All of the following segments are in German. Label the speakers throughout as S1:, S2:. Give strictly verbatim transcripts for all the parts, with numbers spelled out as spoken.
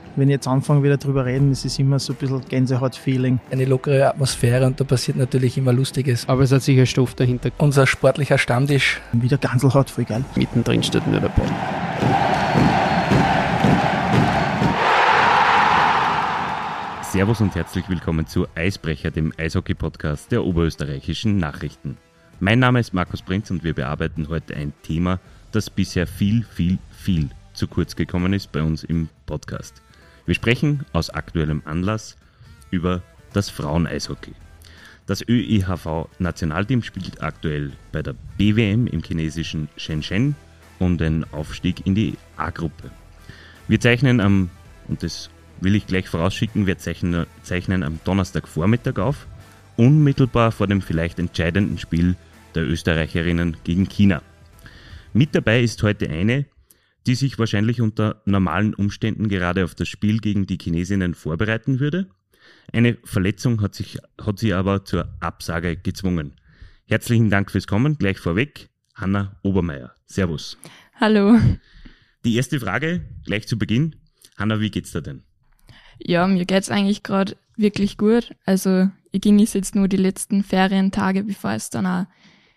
S1: Wenn ich jetzt anfange wieder drüber reden, ist es immer so ein bisschen Gänsehaut-Feeling.
S2: Eine lockere Atmosphäre und da passiert natürlich immer Lustiges.
S3: Aber es hat sicher Stoff dahinter.
S2: Unser sportlicher Stammtisch.
S1: Wieder Ganselhaut, voll geil.
S3: Mittendrin steht nur dabei.
S4: Servus und herzlich willkommen zu Eisbrecher, dem Eishockey-Podcast der oberösterreichischen Nachrichten. Mein Name ist Markus Prinz und wir bearbeiten heute ein Thema, das bisher viel, viel, viel zu kurz gekommen ist bei uns im Podcast. Wir sprechen aus aktuellem Anlass über das Frauen-Eishockey. Das Ö E H V-Nationalteam spielt aktuell bei der B W M im chinesischen Shenzhen um den Aufstieg in die A-Gruppe. Wir zeichnen am, und das will ich gleich vorausschicken, wir zeichnen, zeichnen am Donnerstagvormittag auf, unmittelbar vor dem vielleicht entscheidenden Spiel der Österreicherinnen gegen China. Mit dabei ist heute eine, die sich wahrscheinlich unter normalen Umständen gerade auf das Spiel gegen die Chinesinnen vorbereiten würde. Eine Verletzung hat, sich, hat sie aber zur Absage gezwungen. Herzlichen Dank fürs Kommen. Gleich vorweg, Hanna Obermeier. Servus.
S5: Hallo.
S4: Die erste Frage, gleich zu Beginn. Hanna, wie geht's dir denn?
S5: Ja, mir geht's eigentlich gerade wirklich gut. Also ich genieße jetzt nur die letzten Ferientage, bevor es dann auch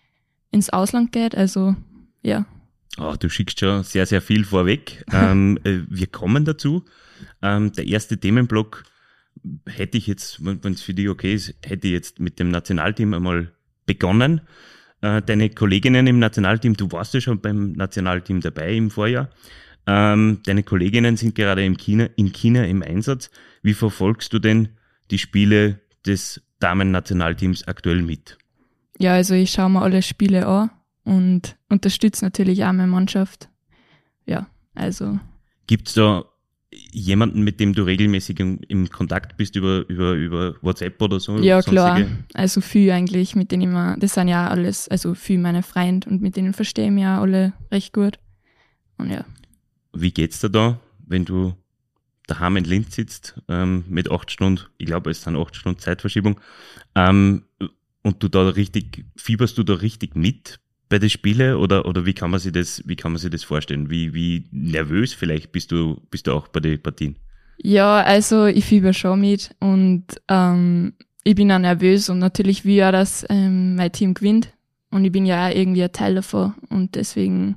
S5: ins Ausland geht. Also ja.
S4: Oh, du schickst schon sehr, sehr viel vorweg. ähm, äh, wir kommen dazu. Ähm, der erste Themenblock hätte ich jetzt, wenn es für dich okay ist, hätte ich jetzt mit dem Nationalteam einmal begonnen. Äh, deine Kolleginnen im Nationalteam, du warst ja schon beim Nationalteam dabei im Vorjahr. Ähm, deine Kolleginnen sind gerade in China, in China im Einsatz. Wie verfolgst du denn die Spiele des Damen-Nationalteams aktuell mit?
S5: Ja, also ich schaue mir alle Spiele an und unterstütze natürlich auch meine Mannschaft. Ja, also.
S4: Gibt es da jemanden, mit dem du regelmäßig im, im Kontakt bist über, über, über WhatsApp oder so?
S5: Ja,
S4: sonstige?
S5: klar. Also viel eigentlich, mit denen ich mir, das sind ja alles, also viel meine Freunde und mit denen verstehe ich mich auch alle recht gut. Und ja.
S4: Wie geht's dir da, wenn du daheim in Linz sitzt, ähm, mit acht Stunden, ich glaube, es sind acht Stunden Zeitverschiebung, ähm, und du da richtig, fieberst du da richtig mit bei den Spielen oder, oder wie kann man sich das, wie kann man sich das vorstellen? Wie, wie nervös vielleicht bist du, bist du auch bei den Partien?
S5: Ja, also ich fieber schon mit und ähm, ich bin auch nervös und natürlich will ich auch, dass ähm, mein Team gewinnt und ich bin ja auch irgendwie ein Teil davon und deswegen,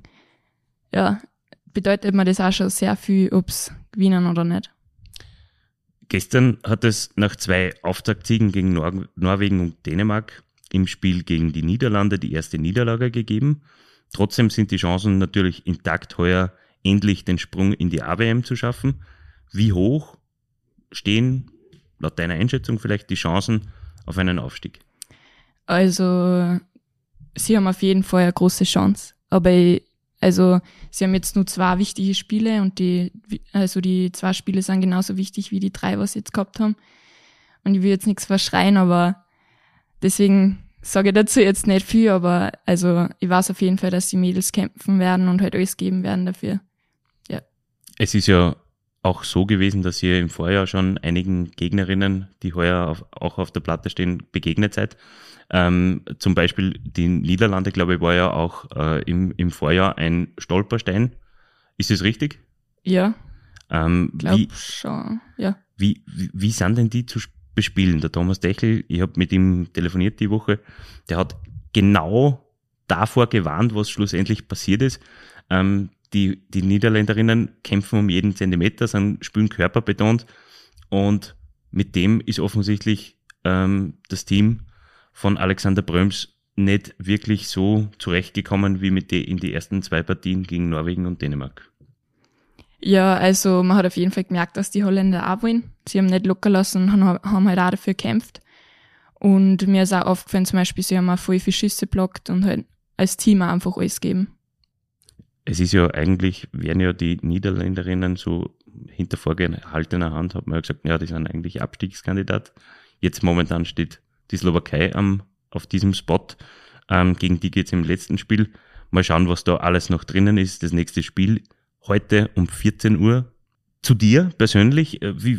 S5: ja, bedeutet mir das auch schon sehr viel, ob es gewinnen oder nicht.
S4: Gestern hat es nach zwei Auftaktsiegen gegen Nor- Norwegen und Dänemark im Spiel gegen die Niederlande die erste Niederlage gegeben. Trotzdem sind die Chancen natürlich intakt, heuer endlich den Sprung in die A W M zu schaffen. Wie hoch stehen, laut deiner Einschätzung vielleicht, die Chancen auf einen Aufstieg?
S5: Also, sie haben auf jeden Fall eine große Chance, aber ich Also, sie haben jetzt nur zwei wichtige Spiele und die, also die zwei Spiele sind genauso wichtig wie die drei, was sie jetzt gehabt haben. Und ich will jetzt nichts verschreien, aber deswegen sage ich dazu jetzt nicht viel, aber also ich weiß auf jeden Fall, dass die Mädels kämpfen werden und halt alles geben werden dafür. Ja.
S4: Es ist ja auch so gewesen, dass ihr im Vorjahr schon einigen Gegnerinnen, die heuer auf, auch auf der Platte stehen, begegnet seid. Ähm, zum Beispiel die Niederlande, glaube ich, war ja auch äh, im, im Vorjahr ein Stolperstein. Ist das richtig?
S5: Ja,
S4: ähm,
S5: glaube
S4: wie,
S5: schon, ja.
S4: Wie, wie, wie sind denn die zu bespielen? Der Thomas Dechel, ich habe mit ihm telefoniert die Woche, der hat genau davor gewarnt, was schlussendlich passiert ist. Ähm, die, die Niederländerinnen kämpfen um jeden Zentimeter, sind, spielen körperbetont und mit dem ist offensichtlich ähm, das Team von Alexander Bröms nicht wirklich so zurechtgekommen wie mit die, in die ersten zwei Partien gegen Norwegen und Dänemark.
S5: Ja, also man hat auf jeden Fall gemerkt, dass die Holländer auch wollen. Sie haben nicht locker lassen und haben halt auch dafür gekämpft. Und mir ist auch aufgefallen, zum Beispiel, sie haben auch voll viele Schüsse blockt und halt als Team auch einfach alles geben.
S4: Es ist ja eigentlich, werden ja die Niederländerinnen so hinter vorgehaltener Hand, hat man ja gesagt, ja, die sind eigentlich Abstiegskandidat. Jetzt momentan steht die Slowakei am, auf diesem Spot. Ähm, gegen die geht es im letzten Spiel. Mal schauen, was da alles noch drinnen ist. Das nächste Spiel heute um vierzehn Uhr. Zu dir persönlich, äh, wie,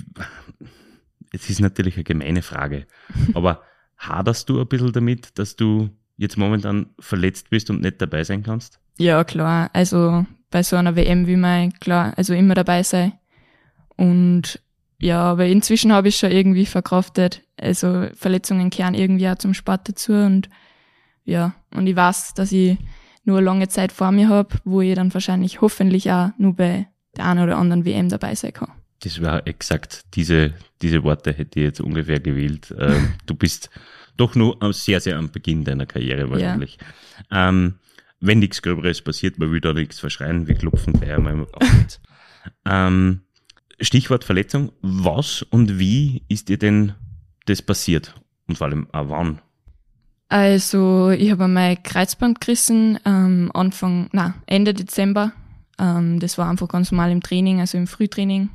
S4: es ist natürlich eine gemeine Frage, aber haderst du ein bisschen damit, dass du jetzt momentan verletzt bist und nicht dabei sein kannst?
S5: Ja, klar. Also bei so einer W M will man klar, also immer dabei sein. Und ja, aber inzwischen habe ich schon irgendwie verkraftet. Also Verletzungen kehren irgendwie auch zum Sport dazu und ja, und ich weiß, dass ich nur eine lange Zeit vor mir habe, wo ich dann wahrscheinlich hoffentlich auch nur bei der einen oder anderen W M dabei sein kann.
S4: Das war exakt diese, diese Worte hätte ich jetzt ungefähr gewählt. Ähm, du bist doch nur sehr, sehr am Beginn deiner Karriere wahrscheinlich. Ja. Ähm, wenn nichts Gröberes passiert, man will da nichts verschreien, wir klopfen gleich einmal auf Holz. ähm, Stichwort Verletzung. Was und wie ist dir denn das passiert? Und vor allem auch wann?
S5: Also ich habe mein Kreuzband gerissen ähm, Anfang, na Ende Dezember. Ähm, das war einfach ganz normal im Training, also im Frühtraining.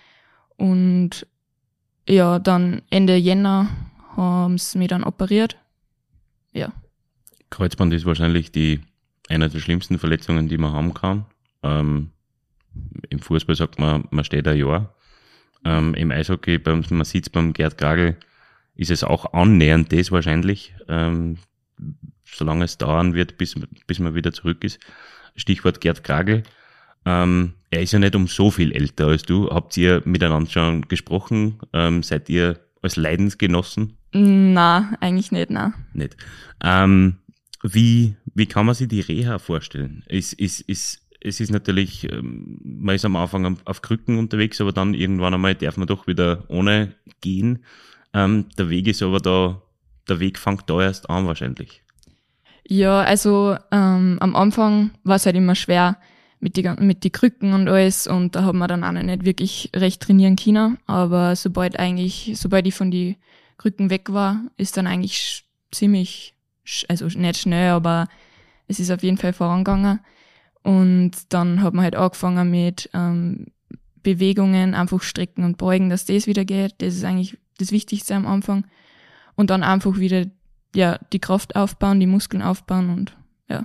S5: Und ja, dann Ende Jänner haben sie mich dann operiert. Ja. Kreuzband
S4: ist wahrscheinlich die eine der schlimmsten Verletzungen, die man haben kann. Ähm, Im Fußball sagt man, man steht ein Jahr. Ähm, Im Eishockey, beim, man sieht es beim Gerd Gragl, ist es auch annähernd das wahrscheinlich, ähm, solange es dauern wird, bis, bis man wieder zurück ist. Stichwort Gerd Gragl. Ähm, er ist ja nicht um so viel älter als du. Habt ihr miteinander schon gesprochen? Ähm, seid ihr als Leidensgenossen?
S5: Na, eigentlich nicht, na.
S4: Nicht. Ähm, wie, wie kann man sich die Reha vorstellen? Ist, ist, ist, es ist natürlich, man ist am Anfang auf Krücken unterwegs, aber dann irgendwann einmal darf man doch wieder ohne gehen. Ähm, der Weg ist aber da, der Weg fängt da erst an wahrscheinlich.
S5: Ja, also ähm, am Anfang war es halt immer schwer mit die, mit die Krücken und alles und da haben wir dann auch noch nicht wirklich recht trainieren können, aber sobald eigentlich, sobald ich von die Krücken weg war, ist dann eigentlich ziemlich, also nicht schnell, aber es ist auf jeden Fall vorangegangen. Und dann hat man halt angefangen mit ähm, Bewegungen, einfach strecken und beugen, dass das wieder geht. Das ist eigentlich das Wichtigste am Anfang. Und dann einfach wieder ja die Kraft aufbauen, die Muskeln aufbauen und ja.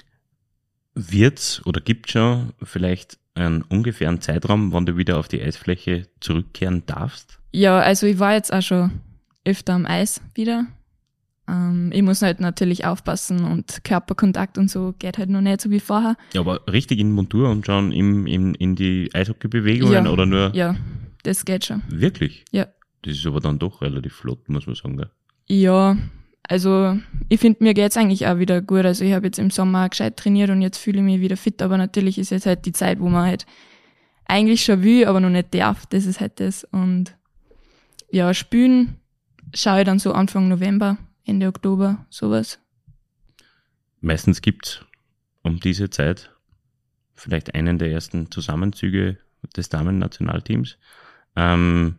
S4: Wird's oder gibt's schon vielleicht einen ungefähren Zeitraum, wann du wieder auf die Eisfläche zurückkehren darfst?
S5: Ja, also ich war jetzt auch schon öfter am Eis wieder. Ähm, ich muss halt natürlich aufpassen und Körperkontakt und so geht halt noch nicht so wie vorher.
S4: Ja, aber richtig in Montur und schon im, im, in die Eishockeybewegungen
S5: ja,
S4: oder nur?
S5: Ja, das geht schon.
S4: Wirklich?
S5: Ja.
S4: Das ist aber dann doch relativ flott, muss man sagen, gell?
S5: Ja, also ich finde, mir geht's eigentlich auch wieder gut. Also ich habe jetzt im Sommer gescheit trainiert und jetzt fühle ich mich wieder fit, aber natürlich ist jetzt halt die Zeit, wo man halt eigentlich schon will, aber noch nicht darf. Das ist halt das. Und ja, spielen schaue ich dann so Anfang November, Ende Oktober, sowas.
S4: Meistens gibt's um diese Zeit vielleicht einen der ersten Zusammenzüge des Damen-Nationalteams. Ähm,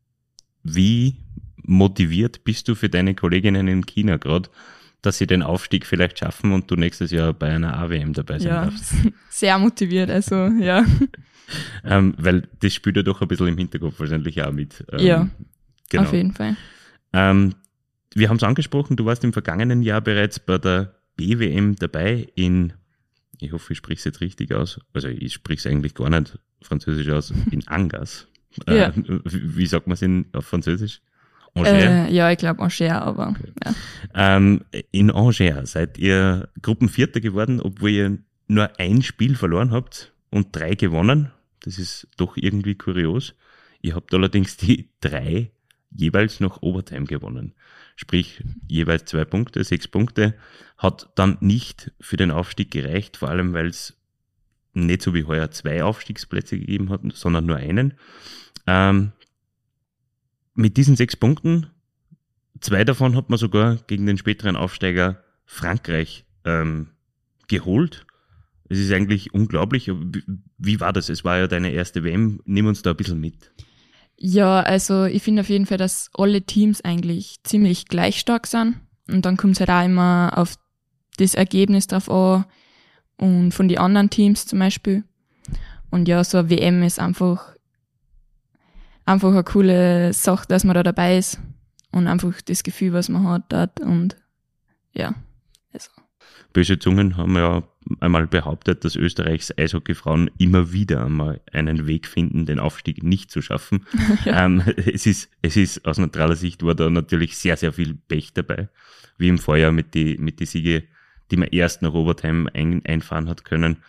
S4: wie motiviert bist du für deine Kolleginnen in China gerade, dass sie den Aufstieg vielleicht schaffen und du nächstes Jahr bei einer A W M dabei sein
S5: ja,
S4: darfst?
S5: Sehr motiviert, also ja.
S4: ähm, weil das spielt ja doch ein bisschen im Hinterkopf wahrscheinlich auch mit. Ähm,
S5: ja,
S4: genau.
S5: Auf jeden Fall.
S4: Ähm, wir haben es angesprochen, du warst im vergangenen Jahr bereits bei der B W M dabei in, ich hoffe, ich spreche es jetzt richtig aus, also ich spreche es eigentlich gar nicht französisch aus, in Angers.
S5: Ja.
S4: Äh, wie sagt man es in, auf Französisch?
S5: Angers? Äh, ja, ich glaube Angers, aber
S4: okay.
S5: ja.
S4: Ähm, in Angers seid ihr Gruppenvierter geworden, obwohl ihr nur ein Spiel verloren habt und drei gewonnen. Das ist doch irgendwie kurios. Ihr habt allerdings die drei jeweils noch Overtime gewonnen. Sprich, jeweils zwei Punkte, sechs Punkte. Hat dann nicht für den Aufstieg gereicht, vor allem weil es nicht so wie heuer zwei Aufstiegsplätze gegeben hat, sondern nur einen. Ähm, mit diesen sechs Punkten, zwei davon hat man sogar gegen den späteren Aufsteiger Frankreich ähm, geholt. Es ist eigentlich unglaublich. Wie, wie war das? Es war ja deine erste W M. Nimm uns da ein bisschen mit.
S5: Ja, also ich finde auf jeden Fall, dass alle Teams eigentlich ziemlich gleich stark sind. Und dann kommt es halt auch immer auf das Ergebnis drauf an und von den anderen Teams zum Beispiel. Und ja, so eine W M ist einfach einfach eine coole Sache, dass man da dabei ist und einfach das Gefühl, was man hat dort und ja. Also.
S4: Böse Zungen haben ja einmal behauptet, dass Österreichs Eishockeyfrauen immer wieder einmal einen Weg finden, den Aufstieg nicht zu schaffen. Ja. Ähm, es ist, es ist aus neutraler Sicht war da natürlich sehr, sehr viel Pech dabei, wie im Vorjahr mit die, mit die Siege, die man erst nach Overtime ein, einfahren hat können.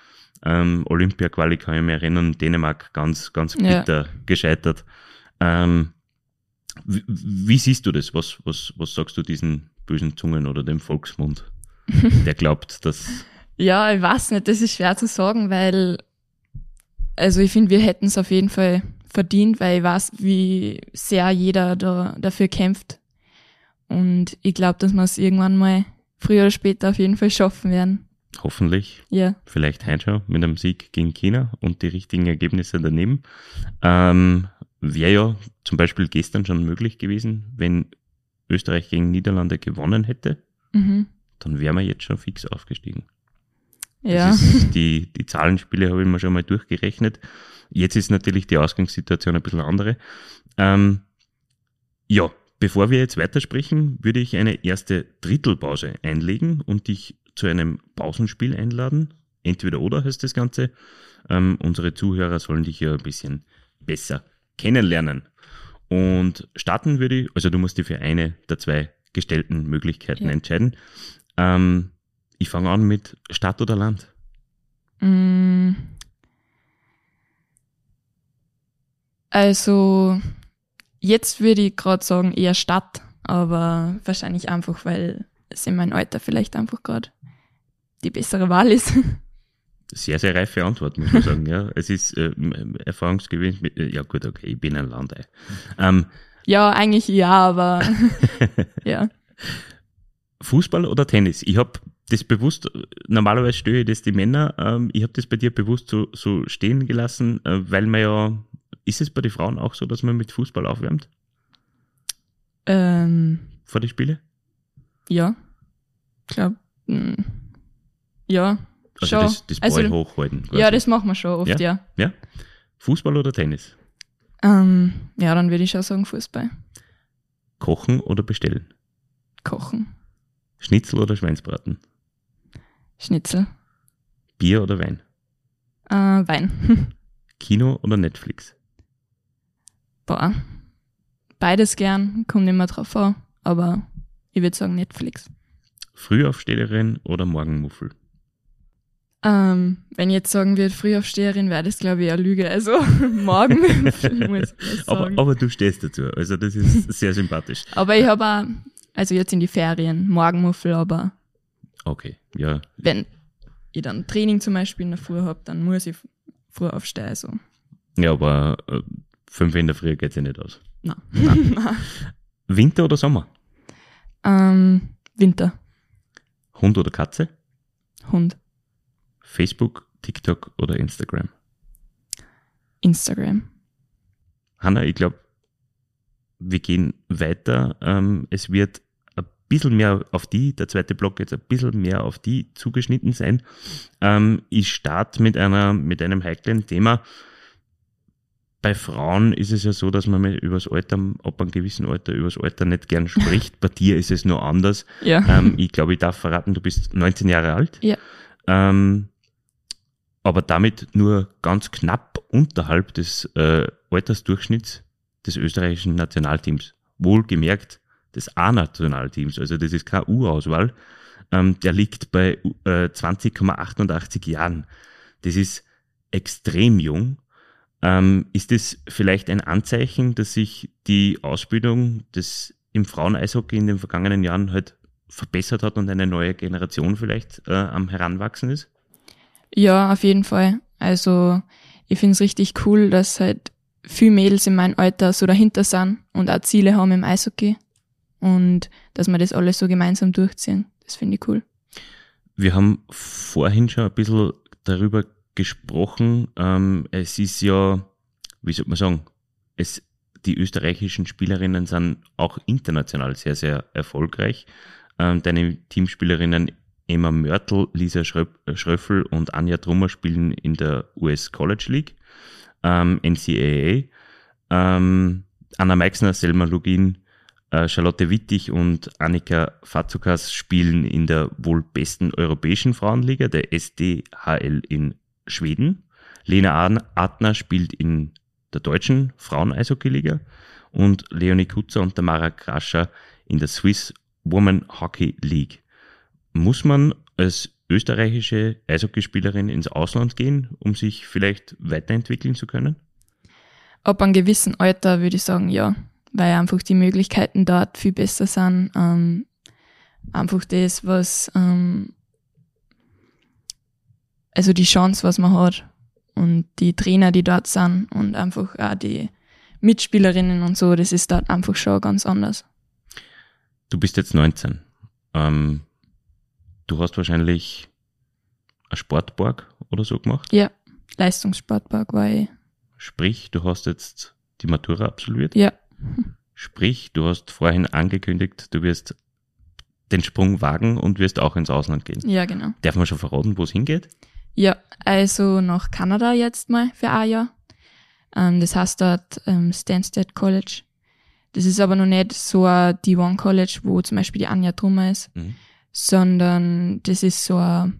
S4: Ähm, Olympia-Quali kann ich mich erinnern, Dänemark ganz, ganz
S5: Ja.
S4: bitter gescheitert. Ähm, wie, wie siehst du das? Was, was, was sagst du diesen bösen Zungen oder dem Volksmund, der glaubt, dass...
S5: Ja, ich weiß nicht, das ist schwer zu sagen, weil, also ich finde, wir hätten es auf jeden Fall verdient, weil ich weiß, wie sehr jeder da dafür kämpft. Und ich glaube, dass wir es irgendwann mal früher oder später auf jeden Fall schaffen werden.
S4: Hoffentlich,
S5: Ja.
S4: vielleicht heute schon mit einem Sieg gegen China und die richtigen Ergebnisse daneben. Ähm, wäre ja zum Beispiel gestern schon möglich gewesen, wenn Österreich gegen Niederlande gewonnen hätte,
S5: Mhm.
S4: dann wären wir jetzt schon fix aufgestiegen.
S5: Ja.
S4: Das ist die, die Zahlenspiele habe ich mir schon mal durchgerechnet. Jetzt ist natürlich die Ausgangssituation ein bisschen andere. Ähm, ja, bevor wir jetzt weitersprechen, würde ich eine erste Drittelpause einlegen und dich zu einem Pausenspiel einladen. Entweder oder heißt das Ganze. Ähm, unsere Zuhörer sollen dich ja ein bisschen besser kennenlernen. Und starten würde ich, also du musst dich für eine der zwei gestellten Möglichkeiten
S5: Ja.
S4: entscheiden. Ähm, ich fange an mit Stadt oder Land.
S5: Mm. Also, jetzt würde ich gerade sagen eher Stadt, aber wahrscheinlich einfach, weil es in meinem Alter vielleicht einfach gerade die bessere Wahl ist.
S4: Sehr, sehr reife Antwort, muss man sagen. Ja, es ist äh, erfahrungsgemäß mit, äh, ja gut, okay, ich bin ein Landei. Ähm,
S5: Ja, eigentlich ja, aber ja.
S4: Fußball oder Tennis? Ich habe das bewusst, normalerweise störe ich das die Männer, ähm, ich habe das bei dir bewusst so, so stehen gelassen, äh, weil man ja, ist es bei den Frauen auch so, dass man mit Fußball aufwärmt
S5: Ähm,
S4: vor die Spiele?
S5: ja, glaub, mm, ja,
S4: Also
S5: schon.
S4: das, das Ball
S5: Also,
S4: hochhalten. Quasi.
S5: ja, das machen wir schon oft, ja.
S4: Ja? Fußball oder Tennis?
S5: Ähm, ja, dann würde ich schon sagen Fußball.
S4: Kochen oder bestellen?
S5: Kochen,
S4: Schnitzel oder Schweinsbraten?
S5: Schnitzel,
S4: Bier oder Wein?
S5: äh, Wein.
S4: Kino oder Netflix?
S5: Boah, beides gern, kommt immer drauf an, aber ich würde sagen Netflix.
S4: Frühaufsteherin oder Morgenmuffel?
S5: Ähm, wenn ich jetzt sagen würde, Frühaufsteherin, wäre das, glaube ich, eine Lüge. Also morgen muss ich das
S4: Aber,
S5: sagen.
S4: aber du stehst dazu, also das ist sehr sympathisch.
S5: Aber ich habe auch, also jetzt in die Ferien, Morgenmuffel, aber
S4: Okay, ja,
S5: wenn ich dann Training zum Beispiel in der Früh habe, dann muss ich früh aufstehen. Also,
S4: ja, aber äh, fünf in der Früh geht ja nicht aus.
S5: nein.
S4: Winter oder Sommer?
S5: ähm, Winter,
S4: Hund oder Katze?
S5: Hund,
S4: Facebook, TikTok oder Instagram?
S5: Instagram.
S4: Hanna, ich glaube, wir gehen weiter. Ähm, es wird ein bisschen mehr auf die, der zweite Block jetzt ein bisschen mehr auf die zugeschnitten sein. Ähm, ich starte mit einer, mit einem heiklen Thema. Bei Frauen ist es ja so, dass man mit übers Alter, ab einem gewissen Alter, übers Alter nicht gern spricht. Bei dir ist es nur anders.
S5: Ja.
S4: Ähm, ich glaube, ich darf verraten, du bist neunzehn Jahre alt.
S5: Ja.
S4: Ähm, aber damit nur ganz knapp unterhalb des äh, Altersdurchschnitts des österreichischen Nationalteams. Wohlgemerkt des A-Nationalteams, also das ist keine U-Auswahl. Ähm, der liegt bei äh, zwanzig Komma achtundachtzig Jahren. Das ist extrem jung. Ähm, ist das vielleicht ein Anzeichen, dass sich die Ausbildung des im Frauen-Eishockey in den vergangenen Jahren halt verbessert hat und eine neue Generation vielleicht äh, am Heranwachsen ist?
S5: Ja, auf jeden Fall. Also ich finde es richtig cool, dass halt viele Mädels in meinem Alter so dahinter sind und auch Ziele haben im Eishockey und dass wir das alles so gemeinsam durchziehen. Das finde ich cool.
S4: Wir haben vorhin schon ein bisschen darüber gesprochen. Ähm, es ist ja, wie soll man sagen, es, die österreichischen Spielerinnen sind auch international sehr, sehr erfolgreich. Ähm, deine Teamspielerinnen Emma Mörtel, Lisa Schröp- Schröffel und Anja Trummer spielen in der U S College League, ähm, N C A A. Ähm, Anna Meixner, Selma Lugin, äh, Charlotte Wittig und Annika Fatsukas spielen in der wohl besten europäischen Frauenliga, der S D H L in Schweden. Lena Adner spielt in der deutschen Frauen-Eishockey-Liga und Leonie Kutzer und Tamara Krascher in der Swiss Women Hockey League. Muss man als österreichische Eishockeyspielerin ins Ausland gehen, um sich vielleicht weiterentwickeln zu können?
S5: Ab einem gewissen Alter würde ich sagen, ja, weil einfach die Möglichkeiten dort viel besser sind. Ähm, einfach das, was, ähm, also die Chance, was man hat und die Trainer, die dort sind und einfach auch die Mitspielerinnen und so, das ist dort einfach schon ganz anders.
S4: Du bist jetzt neunzehn. Ähm, du hast wahrscheinlich ein Sportpark oder so gemacht?
S5: Ja, Leistungssportpark war ich.
S4: Sprich, du hast jetzt die Matura absolviert?
S5: Ja.
S4: Sprich, du hast vorhin angekündigt, du wirst den Sprung wagen und wirst auch ins Ausland gehen.
S5: Ja, genau.
S4: Darf man schon verraten, wo es hingeht?
S5: Ja, also nach Kanada jetzt mal für ein Jahr. Ähm, das heißt dort ähm, Stansted College. Das ist aber noch nicht so ein D eins College, wo zum Beispiel die Anja Trummer ist,
S4: Mhm.
S5: sondern das ist so ein,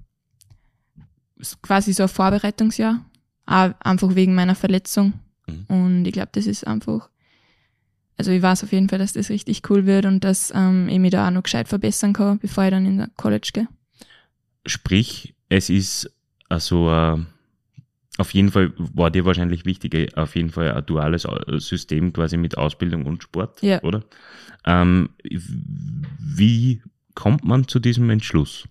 S5: quasi so ein Vorbereitungsjahr. Auch einfach wegen meiner Verletzung.
S4: Mhm.
S5: Und ich glaube, das ist einfach, also ich weiß auf jeden Fall, dass das richtig cool wird und dass ähm, ich mich da auch noch gescheit verbessern kann, bevor ich dann in den College gehe.
S4: Sprich, es ist also äh, auf jeden Fall, war dir wahrscheinlich wichtig, auf jeden Fall ein duales System quasi mit Ausbildung und Sport,
S5: Ja.
S4: oder? Ähm, wie kommt man zu diesem Entschluss?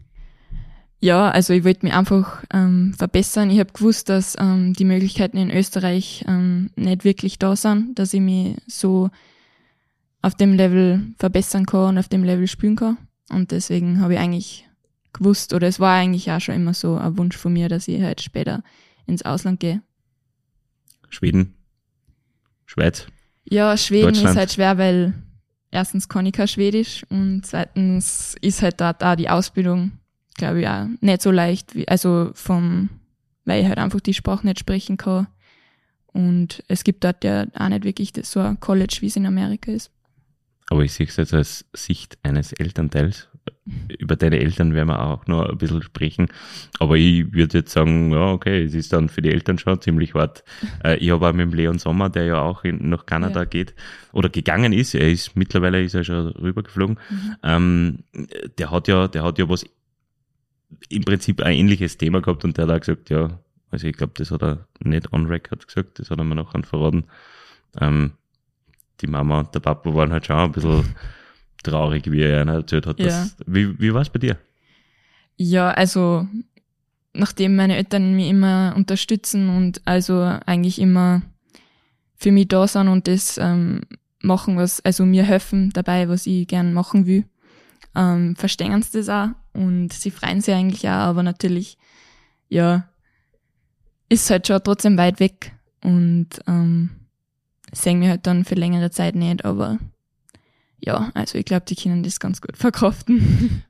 S5: Ja, also ich wollte mich einfach ähm, verbessern. Ich habe gewusst, dass ähm, die Möglichkeiten in Österreich ähm, nicht wirklich da sind, dass ich mich so auf dem Level verbessern kann und auf dem Level spielen kann. Und deswegen habe ich eigentlich gewusst, oder es war eigentlich auch schon immer so ein Wunsch von mir, dass ich halt später ins Ausland gehe.
S4: Schweden? Schweiz?
S5: Ja, Schweden
S4: Deutschland.
S5: ist halt schwer, weil erstens kann ich kein Schwedisch und zweitens ist halt dort auch die Ausbildung, glaube ich, auch nicht so leicht, wie, also vom, weil ich halt einfach die Sprache nicht sprechen kann. Und es gibt dort ja auch nicht wirklich das, so ein College, wie es in Amerika ist.
S4: Aber ich sehe es jetzt als Sicht eines Elternteils. Über deine Eltern werden wir auch noch ein bisschen sprechen. Aber ich würde jetzt sagen, ja, okay, es ist dann für die Eltern schon ziemlich hart. Äh, ich habe auch mit dem Leon Sommer, der ja auch in, nach Kanada
S5: Ja.
S4: geht oder gegangen ist, er ist mittlerweile ist er schon rübergeflogen.
S5: Mhm.
S4: Ähm, der hat ja, der hat ja was im Prinzip ein ähnliches Thema gehabt und der hat auch gesagt, ja, also ich glaube, das hat er nicht on record gesagt, das hat er mir nachher verraten. Ähm, die Mama und der Papa waren halt schon ein bisschen traurig, wie er ihnen erzählt hat. Dass,
S5: Ja.
S4: Wie, wie war es bei dir?
S5: Ja, also nachdem meine Eltern mich immer unterstützen und also eigentlich immer für mich da sind und das ähm, machen, was, also mir helfen dabei, was ich gern machen will, ähm, verstehen sie das auch und sie freuen sich eigentlich auch, aber natürlich, ja, ist halt schon trotzdem weit weg und ähm, sehen wir halt dann für längere Zeit nicht, aber ja, also ich glaube, die können das ganz gut verkraften.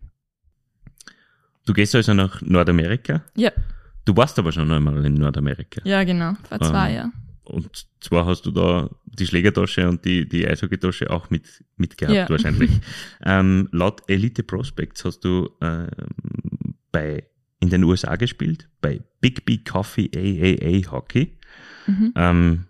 S4: Du gehst also nach Nordamerika?
S5: Ja.
S4: Du warst aber schon einmal in Nordamerika.
S5: Ja, genau, vor zwei
S4: Ähm,
S5: Jahren.
S4: Und zwar hast du da die Schlägertasche und die, die Eishockeytasche auch mit, mitgehabt
S5: Ja.
S4: wahrscheinlich. ähm, laut Elite Prospects hast du ähm, bei, in den U S A gespielt, bei Big B Coffee A A A Hockey.
S5: Mhm.
S4: Ähm,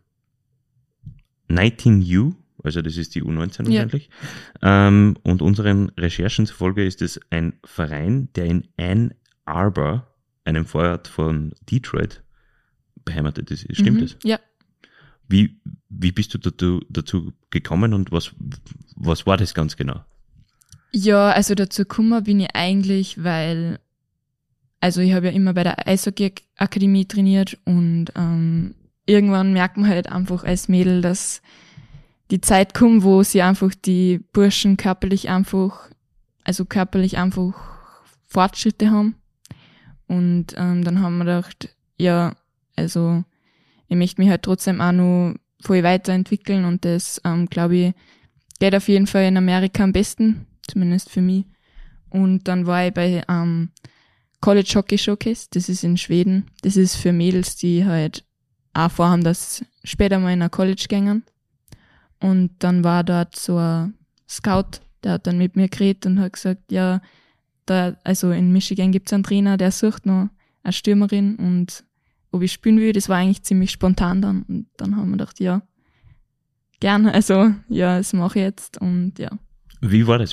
S4: neunzehn U, also das ist die U neunzehn
S5: Ja.
S4: wahrscheinlich. Ähm, und unseren Recherchen zufolge ist es ein Verein, der in Ann Arbor, einem Vorort von Detroit, beheimatet ist. Stimmt
S5: Mhm.
S4: das?
S5: Ja.
S4: Wie, wie bist du dazu, dazu gekommen und was, was war das ganz genau?
S5: Ja, also dazu gekommen bin ich eigentlich, weil, also ich habe ja immer bei der Eishockey-Akademie trainiert und ähm, irgendwann merkt man halt einfach als Mädel, dass die Zeit kommt, wo sie einfach die Burschen körperlich einfach, also körperlich einfach Fortschritte haben. Und ähm, dann haben wir gedacht, ja, also ich möchte mich halt trotzdem auch noch voll weiterentwickeln und das, ähm, glaube ich, geht auf jeden Fall in Amerika am besten, zumindest für mich. Und dann war ich bei ähm, College Hockey Showcase, das ist in Schweden. Das ist für Mädels, die halt auch vorhaben, dass später mal in ein College gehen. Und dann war dort so ein Scout, der hat dann mit mir geredet und hat gesagt, ja, da, also in Michigan gibt's einen Trainer, der sucht noch eine Stürmerin und ob ich spielen will, das war eigentlich ziemlich spontan dann. Und dann haben wir gedacht, ja, gerne, also ja, das mache ich jetzt und ja.
S4: Wie war das für dich?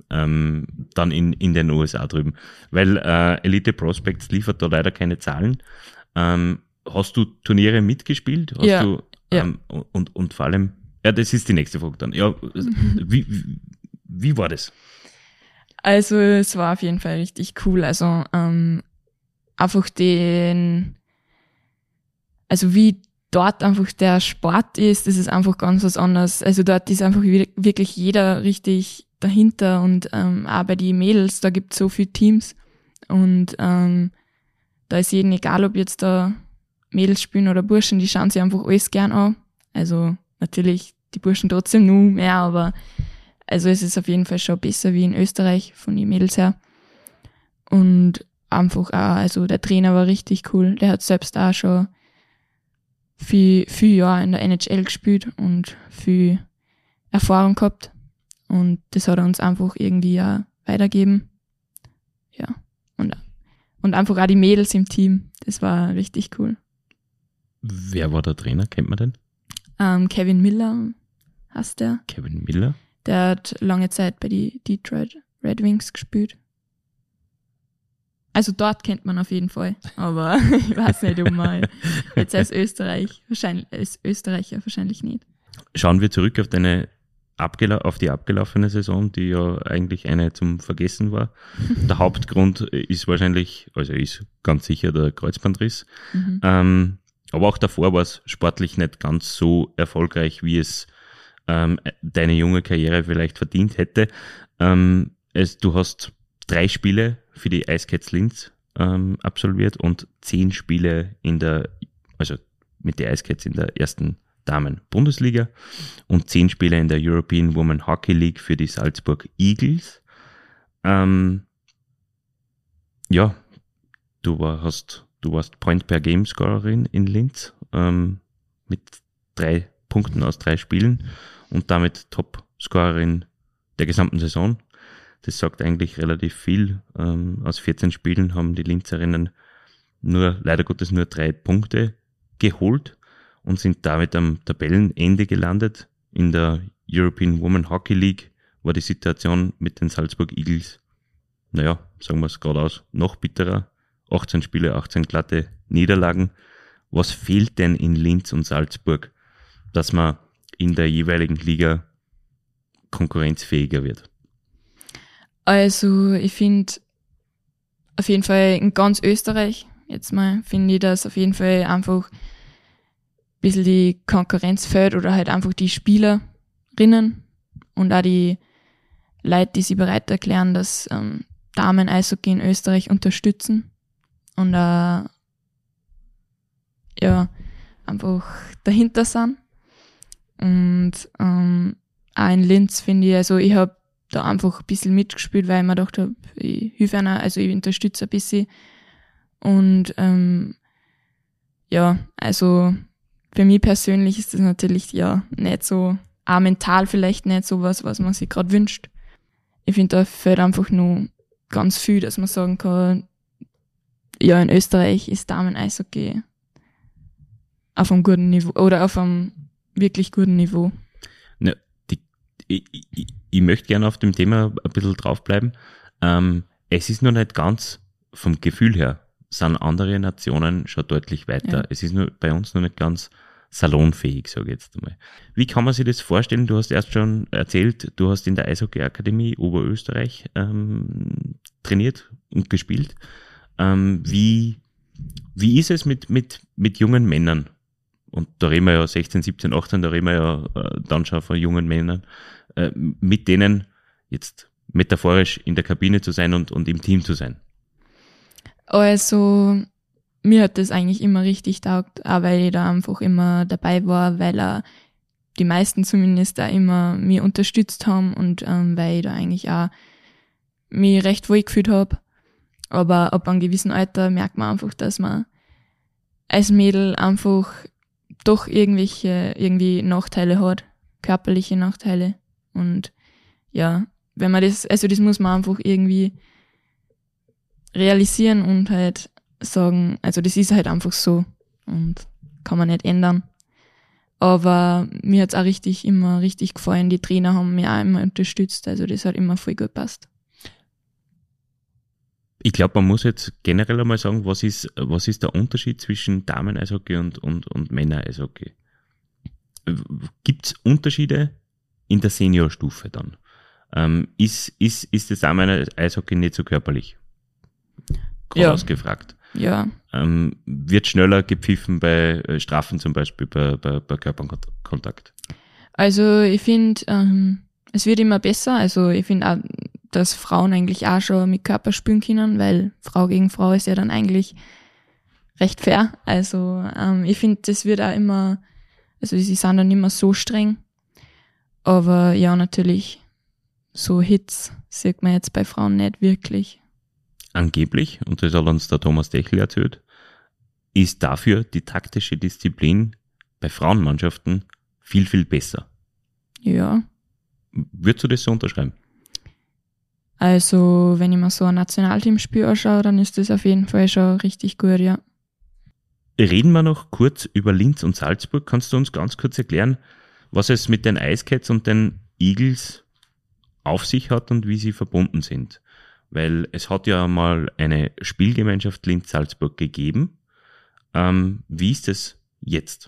S4: ähm, dann in, in den U S A drüben. Weil äh, Elite Prospects liefert da leider keine Zahlen. Ähm, hast du Turniere mitgespielt? Hast
S5: Ja,
S4: du, ähm, ja. Und, und vor allem, ja, das ist die nächste Frage dann. Ja, wie, wie, wie war das?
S5: Also es war auf jeden Fall richtig cool. Also ähm, einfach den, also wie dort einfach der Sport ist, das ist einfach ganz was anderes. Also dort ist einfach wirklich jeder richtig dahinter und ähm, auch bei den Mädels, da gibt es so viele Teams und ähm, da ist jedem egal, ob jetzt da Mädels spielen oder Burschen, die schauen sich einfach alles gern an. Also natürlich die Burschen trotzdem nur mehr, aber also es ist auf jeden Fall schon besser wie in Österreich von den Mädels her. Und einfach auch, also der Trainer war richtig cool, der hat selbst auch schon viel, viel Jahre in der N H L gespielt und viel Erfahrung gehabt. Und das hat er uns einfach irgendwie auch weitergeben. Ja. Und, und einfach auch die Mädels im Team. Das war richtig cool.
S4: Wer war der Trainer? Kennt man den?
S5: Ähm, Kevin Miller heißt der.
S4: Kevin Miller?
S5: Der hat lange Zeit bei die Detroit Red Wings gespielt. Also dort kennt man auf jeden Fall, aber ich weiß nicht, ob man jetzt als Österreich, wahrscheinlich, als Österreicher wahrscheinlich nicht.
S4: Schauen wir zurück auf deine abgela- auf die abgelaufene Saison, die ja eigentlich eine zum Vergessen war. Der Hauptgrund ist wahrscheinlich, also ist ganz sicher der Kreuzbandriss.
S5: Mhm.
S4: Ähm, aber auch davor war es sportlich nicht ganz so erfolgreich, wie es ähm, deine junge Karriere vielleicht verdient hätte. Ähm, es, du hast drei Spiele für die Ice Cats Linz ähm, absolviert und zehn Spiele in der, also mit den Ice Cats in der ersten Damen-Bundesliga und zehn Spiele in der European Women Hockey League für die Salzburg Eagles. Ähm, ja, du war, hast, du warst Point-per-Game-Scorerin in Linz ähm, mit drei Punkten aus drei Spielen und damit Top-Scorerin der gesamten Saison. Das sagt eigentlich relativ viel. Ähm, aus vierzehn Spielen haben die Linzerinnen nur, leider Gottes, nur drei Punkte geholt und sind damit am Tabellenende gelandet. In der European Women Hockey League war die Situation mit den Salzburg Eagles, naja, sagen wir es geradeaus, noch bitterer. achtzehn Spiele, achtzehn glatte Niederlagen. Was fehlt denn in Linz und Salzburg, dass man in der jeweiligen Liga konkurrenzfähiger wird?
S5: Also ich finde auf jeden Fall in ganz Österreich, jetzt mal, finde ich, dass auf jeden Fall einfach ein bisschen die Konkurrenz fällt oder halt einfach die Spielerinnen und auch die Leute, die sich bereit erklären, dass ähm, Damen-Eishockey in Österreich unterstützen und äh, ja, einfach dahinter sind. Und ähm, auch in Linz finde ich, also ich habe da einfach ein bisschen mitgespielt, weil ich mir gedacht habe, ich helfe einer, also ich unterstütze ein bisschen. Und ähm, ja, also für mich persönlich ist das natürlich ja nicht so, auch mental vielleicht nicht so was, was man sich gerade wünscht. Ich finde, da fehlt einfach nur ganz viel, dass man sagen kann, ja, in Österreich ist Damen-Eishockey auf einem guten Niveau oder auf einem wirklich guten Niveau.
S4: Ja, die, ich, ich, ich möchte gerne auf dem Thema ein bisschen draufbleiben. Ähm, es ist noch nicht ganz vom Gefühl her, sind andere Nationen schon deutlich weiter.
S5: Ja.
S4: Es ist nur bei uns noch nicht ganz salonfähig, sage ich jetzt einmal. Wie kann man sich das vorstellen? Du hast erst schon erzählt, du hast in der Eishockey-Akademie Oberösterreich ähm, trainiert und gespielt. Ähm, wie, wie ist es mit, mit, mit jungen Männern? Und da reden wir ja sechzehn, siebzehn, achtzehn, da reden wir ja äh, dann schon von jungen Männern, äh, mit denen jetzt metaphorisch in der Kabine zu sein und, und im Team zu sein.
S5: Also mir hat das eigentlich immer richtig taugt, auch weil ich da einfach immer dabei war, weil er die meisten zumindest da immer mich unterstützt haben und ähm, weil ich da eigentlich auch mich recht wohl gefühlt habe. Aber ab einem gewissen Alter merkt man einfach, dass man als Mädel einfach doch irgendwelche irgendwie Nachteile hat, körperliche Nachteile. Und ja, wenn man das, also das muss man einfach irgendwie realisieren und halt sagen, also das ist halt einfach so und kann man nicht ändern. Aber mir hat's auch richtig immer richtig gefallen. Die Trainer haben mich auch immer unterstützt. Also das hat immer voll gut gepasst.
S4: Ich glaube, man muss jetzt generell einmal sagen, was ist, was ist der Unterschied zwischen Damen-Eishockey und, und, und Männer-Eishockey? Gibt es Unterschiede in der Seniorstufe dann? Ähm, ist, ist, ist das Damen-Eishockey nicht so körperlich?
S5: Ja.
S4: Ausgefragt.
S5: Ja,
S4: Ähm, wird schneller gepfiffen bei äh, Strafen zum Beispiel, bei, bei, bei Körperkontakt?
S5: also ich finde, ähm, es wird immer besser. Also ich finde auch, dass Frauen eigentlich auch schon mit Körper spielen können, weil Frau gegen Frau ist ja dann eigentlich recht fair. Also ähm, ich finde, das wird auch immer, also sie sind dann immer so streng. Aber ja, natürlich, so Hits sieht man jetzt bei Frauen nicht wirklich.
S4: Angeblich, und das hat uns der Thomas Dechl erzählt, ist dafür die taktische Disziplin bei Frauenmannschaften viel, viel besser.
S5: Ja,
S4: Würdest du das so unterschreiben?
S5: also wenn ich mir so ein Nationalteamspiel anschaue, dann ist das auf jeden Fall schon richtig gut, ja.
S4: Reden wir noch kurz über Linz und Salzburg. Kannst du uns ganz kurz erklären, was es mit den Ice Cats und den Eagles auf sich hat und wie sie verbunden sind? Weil es hat ja mal eine Spielgemeinschaft Linz-Salzburg gegeben. Ähm, wie ist es jetzt?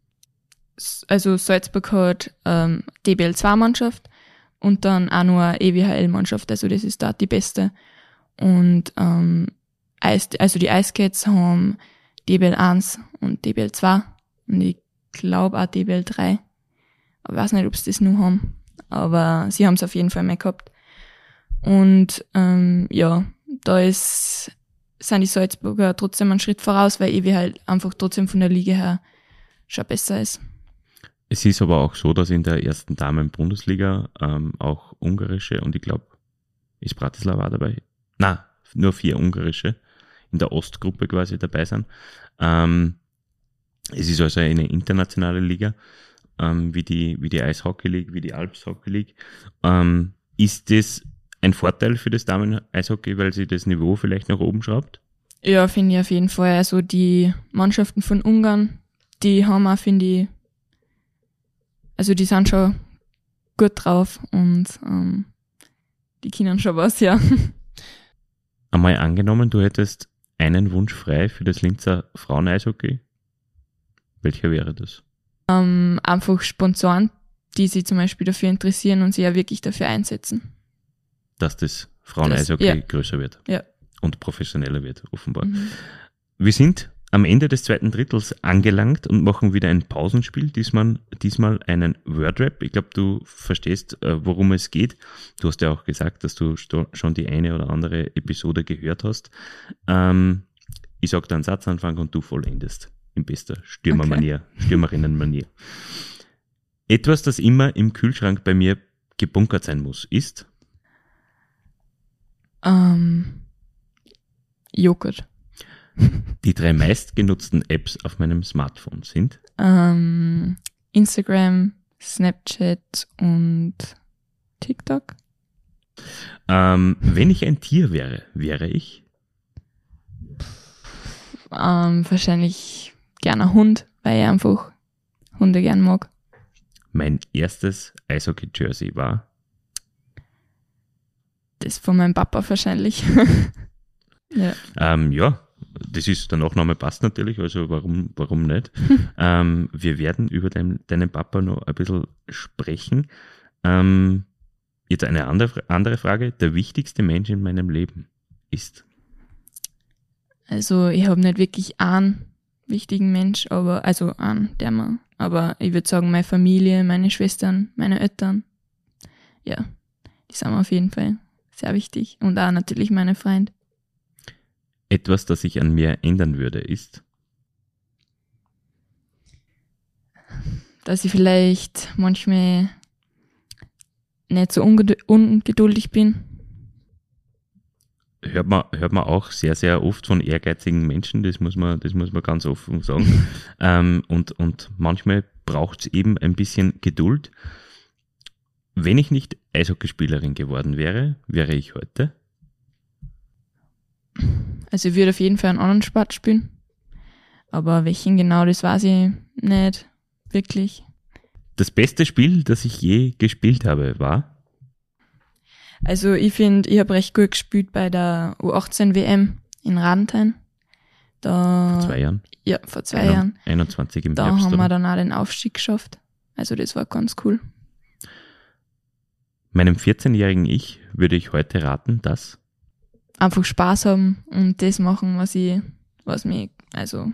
S5: Also Salzburg hat ähm, D B L zwei Mannschaft und dann auch nur eine E W H L-Mannschaft, also das ist da die beste. Und ähm, Eis, also die Ice Cats haben D B L eins und D B L zwei und ich glaube auch D B L drei. Ich weiß nicht, ob sie das nur haben, aber sie haben es auf jeden Fall mal gehabt. Und ähm, ja, da ist, sind die Salzburger trotzdem einen Schritt voraus, weil E W H einfach trotzdem von der Liga her schon besser ist.
S4: Es ist aber auch so, dass in der ersten Damen-Bundesliga ähm, auch ungarische und ich glaube, ist Bratislava dabei? Na, nur vier ungarische in der Ostgruppe quasi dabei sind. Ähm, es ist also eine internationale Liga, ähm, wie die, wie die Eishockey League, wie die Alps Hockey League. Ähm, ist das ein Vorteil für das Damen-Eishockey, weil sie das Niveau vielleicht nach oben schraubt?
S5: Ja, finde ich auf jeden Fall. Also die Mannschaften von Ungarn, die haben auch, finde ich, also die sind schon gut drauf und ähm, die können schon was, ja.
S4: Einmal angenommen, du hättest einen Wunsch frei für das Linzer Frauen-Eishockey. Welcher wäre das?
S5: Ähm, einfach Sponsoren, die sich zum Beispiel dafür interessieren und sich ja wirklich dafür einsetzen.
S4: Dass das Frauen-Eishockey
S5: ja.
S4: größer wird.
S5: Ja.
S4: Und professioneller wird, offenbar.
S5: Mhm.
S4: Wir sind am Ende des zweiten Drittels angelangt und machen wieder ein Pausenspiel, diesmal, diesmal einen Wordrap. Ich glaube, du verstehst, worum es geht. Du hast ja auch gesagt, dass du schon die eine oder andere Episode gehört hast. Ähm, ich sage dann Satzanfang und du vollendest. In bester Stürmermanier, okay. Stürmerinnenmanier. Etwas, das immer im Kühlschrank bei mir gebunkert sein muss, ist?
S5: Ähm, Joghurt.
S4: Die drei meistgenutzten Apps auf meinem Smartphone sind?
S5: Ähm, Instagram, Snapchat und TikTok.
S4: Ähm, wenn ich ein Tier wäre, wäre ich?
S5: Ähm, wahrscheinlich gerne ein Hund, weil ich einfach Hunde gern mag.
S4: Mein erstes Eishockey-Jersey war?
S5: Das von meinem Papa wahrscheinlich. ja.
S4: Ähm, ja, das ist, der Nachname passt natürlich, also warum, warum nicht? ähm, wir werden über dein, deinen Papa noch ein bisschen sprechen. Ähm, jetzt eine andere, andere Frage. Der wichtigste Mensch in meinem Leben ist?
S5: Also ich habe nicht wirklich einen wichtigen Mensch, aber also einen, der mir, aber ich würde sagen meine Familie, meine Schwestern, meine Eltern, ja, die sind mir auf jeden Fall sehr wichtig und auch natürlich meine Freunde.
S4: Etwas, das ich an mir ändern würde, ist?
S5: Dass ich vielleicht manchmal nicht so ungeduld- ungeduldig bin.
S4: Hört man, hört man auch sehr, sehr oft von ehrgeizigen Menschen, das muss man, das muss man ganz offen sagen. ähm, und, und manchmal braucht es eben ein bisschen Geduld. Wenn ich nicht Eishockeyspielerin geworden wäre, wäre ich heute?
S5: Also ich würde auf jeden Fall einen anderen Sport spielen. Aber welchen genau, das weiß ich nicht. wirklich.
S4: Das beste Spiel, das ich je gespielt habe, war?
S5: Also ich finde, ich habe recht gut gespielt bei der U achtzehn W M in Radenthein. Da,
S4: Vor zwei Jahren?
S5: Ja, vor zwei
S4: Ein-
S5: Jahren.
S4: einundzwanzig im
S5: Da
S4: Herbst,
S5: haben
S4: oder?
S5: wir dann auch den Aufstieg geschafft. Also das war ganz cool.
S4: Meinem vierzehnjährigen Ich würde ich heute raten, dass
S5: Einfach Spaß haben und das machen, was ich, was mich, also.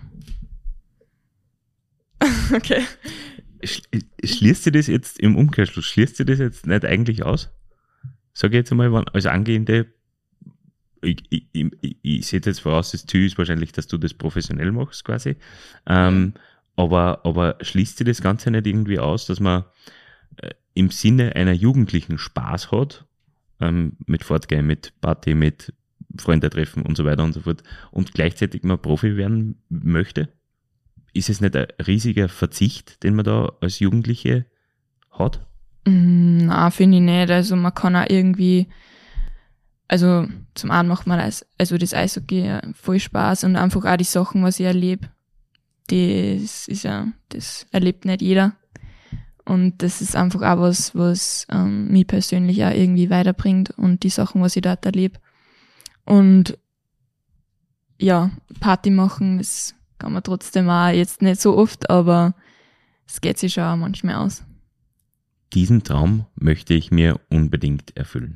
S5: Okay.
S4: Sch- Schließt sie das jetzt im Umkehrschluss, schließt sie das jetzt nicht eigentlich aus? Sage ich jetzt einmal, wenn- als angehende, ich, ich, ich, ich, ich sehe jetzt voraus, das Ziel ist wahrscheinlich, dass du das professionell machst quasi, ähm, aber, aber schließt sie das Ganze nicht irgendwie aus, dass man äh, im Sinne einer Jugendlichen Spaß hat, ähm, mit Fortgehen, mit Party, mit Freunde treffen und so weiter und so fort und gleichzeitig mal Profi werden möchte? Ist es nicht ein riesiger Verzicht, den man da als Jugendliche hat?
S5: Mm, na, finde ich nicht. Also man kann auch irgendwie, also zum einen macht man das, also das Eishockey ja voll Spaß und einfach auch die Sachen, was ich erlebe, das ist ja, das erlebt nicht jeder. Und das ist einfach auch was, was ähm, mich persönlich auch irgendwie weiterbringt und die Sachen, was ich dort erlebe. Und ja, Party machen, das kann man trotzdem auch jetzt nicht so oft, aber es geht sich schon auch manchmal aus.
S4: Diesen Traum möchte ich mir unbedingt erfüllen.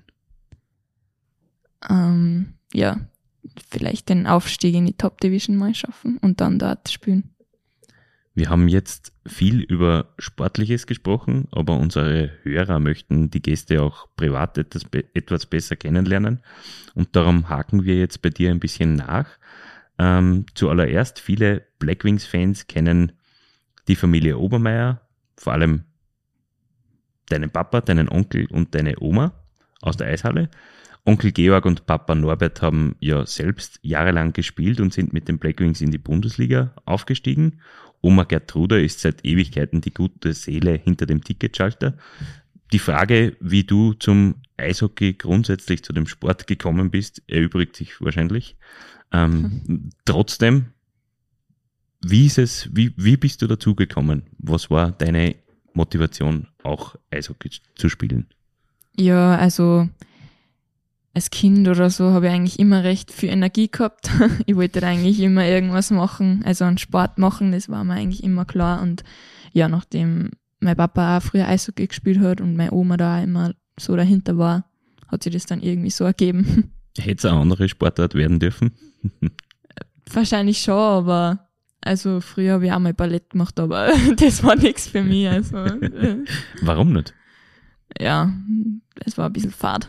S5: Ähm, ja, vielleicht den Aufstieg in die Top Division mal schaffen und dann dort spielen.
S4: Wir haben jetzt viel über Sportliches gesprochen, aber unsere Hörer möchten die Gäste auch privat etwas, be- etwas besser kennenlernen. Und darum haken wir jetzt bei dir ein bisschen nach. Ähm, zuallererst, viele Blackwings-Fans kennen die Familie Obermeier, vor allem deinen Papa, deinen Onkel und deine Oma aus der Eishalle. Onkel Georg und Papa Norbert haben ja selbst jahrelang gespielt und sind mit den Blackwings in die Bundesliga aufgestiegen. Oma Gertrude ist seit Ewigkeiten die gute Seele hinter dem Ticketschalter. Die Frage, wie du zum Eishockey grundsätzlich zu dem Sport gekommen bist, erübrigt sich wahrscheinlich. Ähm, mhm. Trotzdem, wie ist es, wie, wie bist du dazu gekommen? Was war deine Motivation, auch Eishockey zu spielen?
S5: Ja, also als Kind oder so habe ich eigentlich immer recht viel Energie gehabt. Ich wollte da eigentlich immer irgendwas machen, also einen Sport machen, das war mir eigentlich immer klar. Und ja, nachdem mein Papa auch früher Eishockey gespielt hat und meine Oma da auch immer so dahinter war, hat sich das dann irgendwie so ergeben.
S4: Hätte es eine andere Sportart werden dürfen?
S5: Wahrscheinlich schon, aber also früher habe ich auch mal Ballett gemacht, aber das war nichts für mich. Also, äh,
S4: Warum nicht?
S5: ja, es war ein bisschen fad.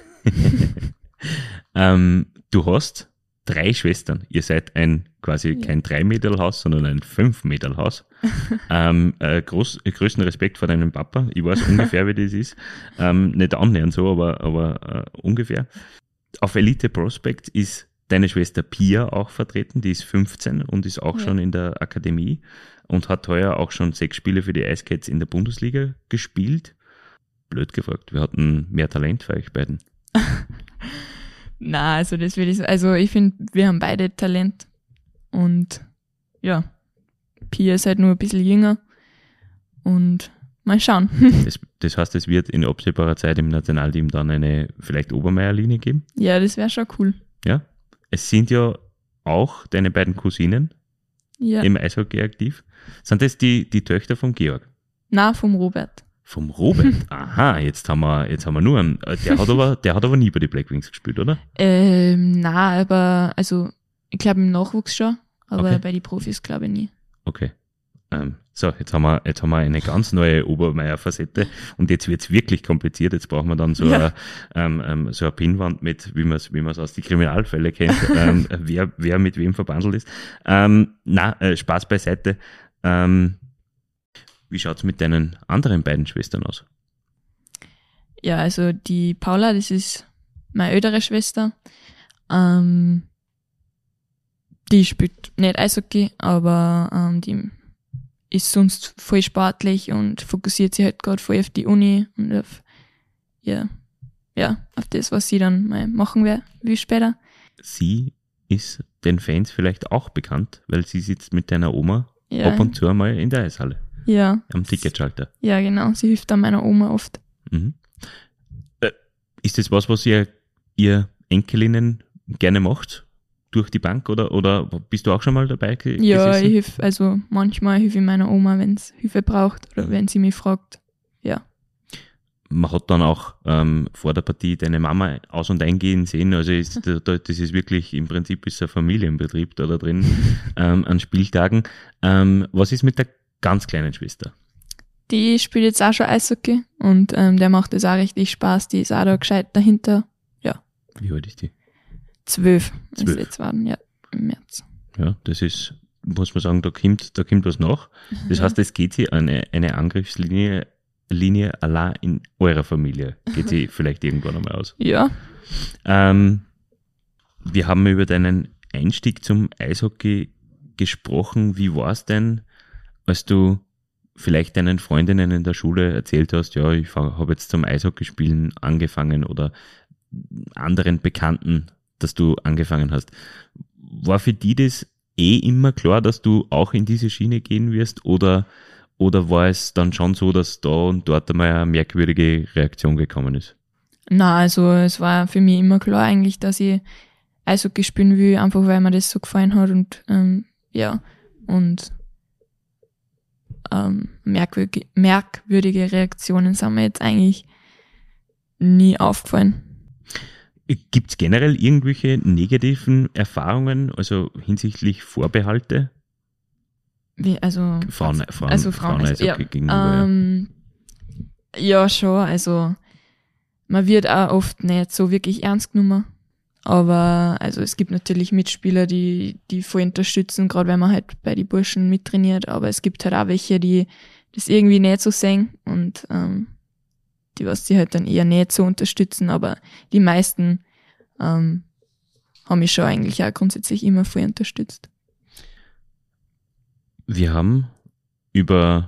S4: ähm, du hast drei Schwestern. Ihr seid ein quasi
S5: Ja.
S4: kein Drei-Meter-Haus, sondern ein Fünf-Meter-Haus. ähm, äh, groß, größten Respekt vor deinem Papa. Ich weiß ungefähr, wie das ist. Ähm, nicht annähernd so, aber, aber äh, ungefähr. Auf Elite Prospect ist deine Schwester Pia auch vertreten. Die ist fünfzehn und ist auch
S5: Ja.
S4: schon in der Akademie und hat heuer auch schon sechs Spiele für die Ice Cats in der Bundesliga gespielt. Blöd gefragt, wir hatten mehr Talent für euch beiden.
S5: Na, also das will ich so, also ich finde, wir haben beide Talent und ja, Pia ist halt nur ein bisschen jünger und mal schauen.
S4: Das, das heißt, es wird in absehbarer Zeit im Nationalteam dann eine vielleicht Obermeier-Linie geben.
S5: Ja, das wäre schon cool.
S4: Ja. Es sind ja auch deine beiden Cousinen
S5: Ja.
S4: im Eishockey aktiv. Sind das die, die Töchter vom Georg?
S5: Na, vom Robert.
S4: Vom Robert? Aha, jetzt haben wir, jetzt haben wir nur einen. Der hat aber, der hat aber nie bei den Blackwings gespielt, oder?
S5: Ähm, na, aber, also, ich glaube im Nachwuchs schon, aber
S4: Okay.
S5: bei den Profis glaube ich nie.
S4: Okay. Ähm, so, jetzt haben wir, jetzt haben wir eine ganz neue Obermeier-Facette und jetzt wird's wirklich kompliziert. Jetzt brauchen wir dann so,
S5: Ja.
S4: eine, ähm, ähm, so eine Pinnwand mit, wie man es wie man's aus den Kriminalfällen kennt, ähm, wer, wer mit wem verbandelt ist. Ähm, na, äh, Spaß beiseite. Ähm, wie schaut's mit deinen anderen beiden Schwestern aus?
S5: Ja, also die Paula, das ist meine ältere Schwester. Ähm, die spielt nicht Eishockey, aber ähm, die ist sonst voll sportlich und fokussiert sich halt gerade voll auf die Uni und auf, ja, ja, auf das, was sie dann mal machen will, will später.
S4: Sie ist den Fans vielleicht auch bekannt, weil sie sitzt mit deiner Oma
S5: Ja,
S4: ab und zu einmal in der Eishalle.
S5: Ja.
S4: Am Ticketschalter.
S5: Ja, genau. Sie hilft dann meiner Oma oft.
S4: Mhm. Äh, ist das was, was ihr, ihr Enkelinnen gerne macht? Durch die Bank oder, oder bist du auch schon mal dabei ge-
S5: Ja,
S4: gesessen?
S5: ich hilf, also manchmal helfe ich meiner Oma, wenn es Hilfe braucht oder wenn sie mich fragt. Ja.
S4: Man hat dann auch ähm, vor der Partie deine Mama aus- und eingehen sehen. Also ist, da, da- das ist wirklich, im Prinzip ist ein Familienbetrieb da, da drin ähm, an Spieltagen. Ähm, was ist mit der ganz kleinen Schwester?
S5: Die spielt jetzt auch schon Eishockey und ähm, der macht es auch richtig Spaß. Die ist auch da gescheit dahinter.
S4: Wie alt ist die?
S5: Zwölf.
S4: Zwölf.
S5: Ist jetzt waren, ja, im März.
S4: Ja, das ist, muss man sagen, da kommt, da kommt was nach. Das heißt, es geht sie eine, eine Angriffslinie Linie allein in eurer Familie. Geht sie vielleicht irgendwann einmal aus.
S5: Ja.
S4: Ähm, wir haben über deinen Einstieg zum Eishockey gesprochen. Wie war es denn, als du vielleicht deinen Freundinnen in der Schule erzählt hast, ja, ich habe jetzt zum Eishockeyspielen angefangen oder anderen Bekannten, dass du angefangen hast. War für die das eh immer klar, dass du auch in diese Schiene gehen wirst oder, oder war es dann schon so, dass da und dort einmal eine merkwürdige Reaktion gekommen ist?
S5: Na, also es war für mich immer klar eigentlich, dass ich Eishockey spielen will, einfach weil mir das so gefallen hat und ähm, ja, und ähm, merkwürdige, merkwürdige Reaktionen sind mir jetzt eigentlich nie aufgefallen.
S4: Gibt es generell irgendwelche negativen Erfahrungen, also hinsichtlich Vorbehalte?
S5: Wie, also
S4: Frauen, Frauen,
S5: also Frauen,
S4: Frauen
S5: also, ja,
S4: gegenüber.
S5: ähm, ja, schon, also man wird auch oft nicht so wirklich ernst genommen, aber also es gibt natürlich Mitspieler, die die voll unterstützen, gerade wenn man halt bei den Burschen mittrainiert, aber es gibt halt auch welche, die das irgendwie nicht so sehen und ähm, die was die halt dann eher nicht so unterstützen, aber die meisten ähm, haben mich schon eigentlich auch grundsätzlich immer voll unterstützt.
S4: Wir haben über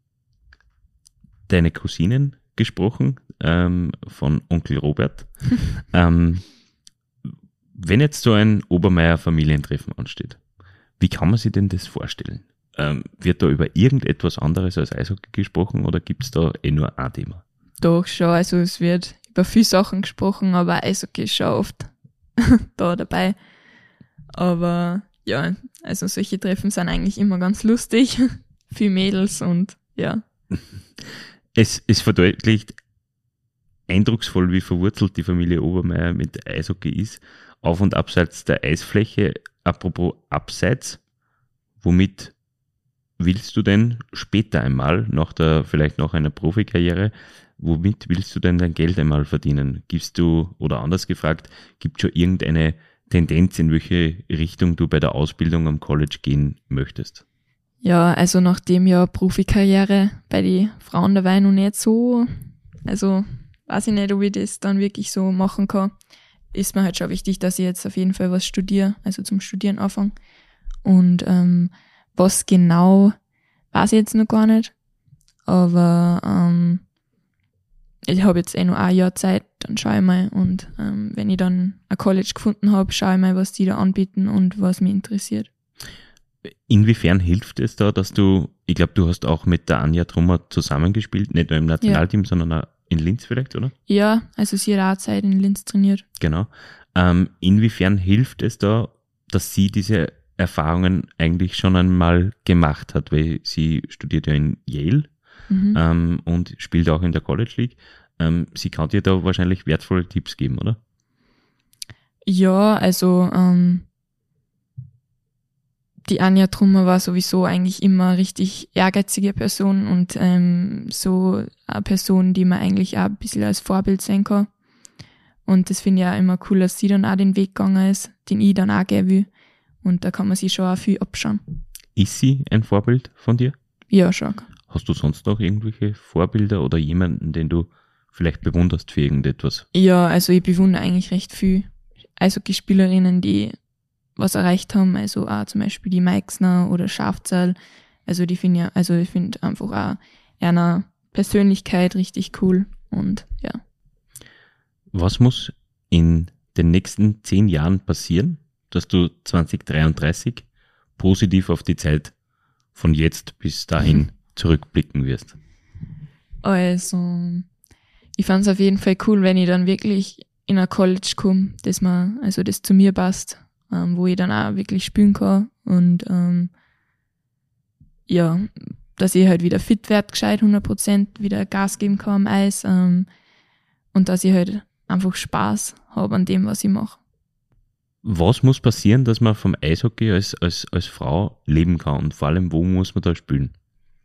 S4: deine Cousinen gesprochen, ähm, von Onkel Robert. ähm, wenn jetzt so ein Obermeier-Familientreffen ansteht, wie kann man sich denn das vorstellen? Ähm, wird da über irgendetwas anderes als Eishockey gesprochen oder gibt es da eh nur ein Thema?
S5: Doch, schon. Also es wird über viele Sachen gesprochen, aber Eishockey ist schon oft da dabei. Aber ja, also solche Treffen sind eigentlich immer ganz lustig. Viele Mädels und ja.
S4: Es, es verdeutlicht eindrucksvoll, wie verwurzelt die Familie Obermeier mit Eishockey ist. Auf und abseits der Eisfläche. Apropos abseits, womit willst du denn später einmal, nach der, vielleicht nach einer Profikarriere, womit willst du denn dein Geld einmal verdienen? Gibst du, oder anders gefragt, gibt es schon irgendeine Tendenz, in welche Richtung du bei der Ausbildung am College gehen möchtest?
S5: Ja, also nach dem Jahr Profikarriere bei den Frauen, da war ich noch nicht so, also weiß ich nicht, ob ich das dann wirklich so machen kann. Ist mir halt schon wichtig, dass ich jetzt auf jeden Fall was studiere, also zum Studieren anfange. Und ähm, was genau, weiß ich jetzt noch gar nicht. Aber ähm, ich habe jetzt eh noch ein Jahr Zeit, dann schaue ich mal. Und ähm, wenn ich dann ein College gefunden habe, schaue ich mal, was die da anbieten und was mich interessiert.
S4: Inwiefern hilft es da, dass du, ich glaube, du hast auch mit der Anja Trummer zusammengespielt, nicht nur im Nationalteam, ja, sondern auch in Linz vielleicht, oder?
S5: Ja, also sie hat auch Zeit in Linz trainiert.
S4: Genau. Ähm, inwiefern hilft es da, dass sie diese Erfahrungen eigentlich schon einmal gemacht hat, weil sie studiert ja in Yale mhm. ähm, und spielt auch in der College League. Ähm, sie kann dir da wahrscheinlich wertvolle Tipps geben, oder?
S5: Ja, also ähm, die Anja Trummer war sowieso eigentlich immer eine richtig ehrgeizige Person und ähm, so eine Person, die man eigentlich auch ein bisschen als Vorbild sehen kann. Und das finde ich auch immer cool, dass sie dann auch den Weg gegangen ist, den ich dann auch gehen will. Und da kann man sich schon auch viel abschauen.
S4: Ist sie ein Vorbild von dir?
S5: Ja, schon.
S4: Hast du sonst noch irgendwelche Vorbilder oder jemanden, den du vielleicht bewunderst für irgendetwas?
S5: Ja, also ich bewundere eigentlich recht viel Eishockeyspielerinnen, die was erreicht haben, also auch zum Beispiel die Meixner oder Schafzahl. Also die finde ja, also ich finde einfach auch einer Persönlichkeit richtig cool und ja.
S4: Was muss in den nächsten zehn Jahren passieren, dass du zwanzig dreiunddreißig positiv auf die Zeit von jetzt bis dahin zurückblicken wirst?
S5: Also, ich fand es auf jeden Fall cool, wenn ich dann wirklich in ein College komme, das mir, also das zu mir passt, ähm, wo ich dann auch wirklich spielen kann und ähm, ja, dass ich halt wieder fit werde, gescheit hundert Prozent wieder Gas geben kann am Eis ähm, und dass ich halt einfach Spaß habe an dem, was ich mache.
S4: Was muss passieren, dass man vom Eishockey als, als, als Frau leben kann und vor allem, wo muss man da spielen?